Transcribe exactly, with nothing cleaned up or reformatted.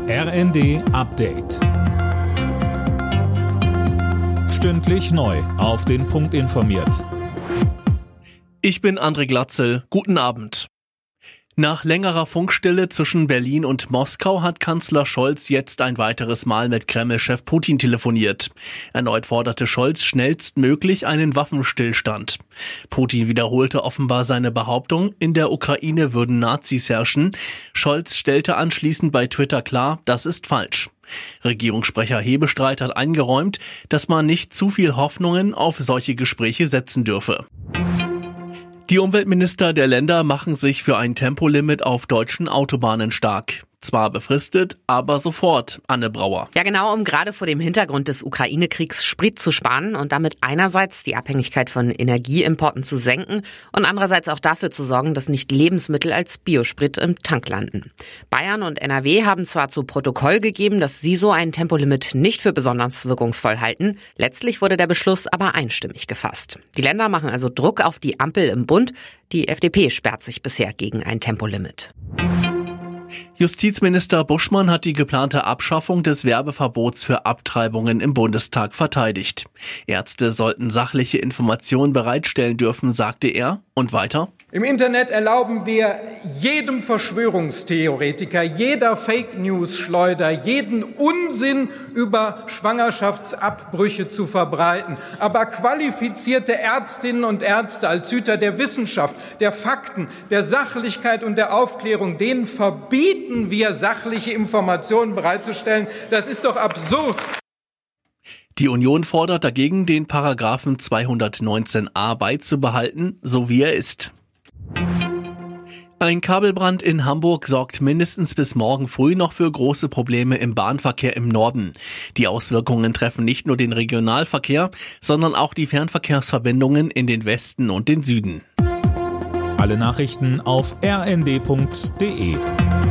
R N D Update. Stündlich neu auf den Punkt informiert. Ich bin André Glatzel. Guten Abend. Nach längerer Funkstille zwischen Berlin und Moskau hat Kanzler Scholz jetzt ein weiteres Mal mit Kreml-Chef Putin telefoniert. Erneut forderte Scholz schnellstmöglich einen Waffenstillstand. Putin wiederholte offenbar seine Behauptung, in der Ukraine würden Nazis herrschen. Scholz stellte anschließend bei Twitter klar, das ist falsch. Regierungssprecher Hebestreit hat eingeräumt, dass man nicht zu viel Hoffnungen auf solche Gespräche setzen dürfe. Die Umweltminister der Länder machen sich für ein Tempolimit auf deutschen Autobahnen stark. Zwar befristet, aber sofort, Anne Brauer. Ja, genau, um gerade vor dem Hintergrund des Ukraine-Kriegs Sprit zu sparen und damit einerseits die Abhängigkeit von Energieimporten zu senken und andererseits auch dafür zu sorgen, dass nicht Lebensmittel als Biosprit im Tank landen. Bayern und N R W haben zwar zu Protokoll gegeben, dass sie so ein Tempolimit nicht für besonders wirkungsvoll halten. Letztlich wurde der Beschluss aber einstimmig gefasst. Die Länder machen also Druck auf die Ampel im Bund. Die F D P sperrt sich bisher gegen ein Tempolimit. Justizminister Buschmann hat die geplante Abschaffung des Werbeverbots für Abtreibungen im Bundestag verteidigt. Ärzte sollten sachliche Informationen bereitstellen dürfen, sagte er. Und weiter: Im Internet erlauben wir jedem Verschwörungstheoretiker, jeder Fake-News-Schleuder, jeden Unsinn über Schwangerschaftsabbrüche zu verbreiten. Aber qualifizierte Ärztinnen und Ärzte als Hüter der Wissenschaft, der Fakten, der Sachlichkeit und der Aufklärung, denen verbieten wir, sachliche Informationen bereitzustellen. Das ist doch absurd. Die Union fordert dagegen, den Paragraphen zweihundertneunzehn a beizubehalten, so wie er ist. Ein Kabelbrand in Hamburg sorgt mindestens bis morgen früh noch für große Probleme im Bahnverkehr im Norden. Die Auswirkungen treffen nicht nur den Regionalverkehr, sondern auch die Fernverkehrsverbindungen in den Westen und den Süden. Alle Nachrichten auf r n d punkt d e.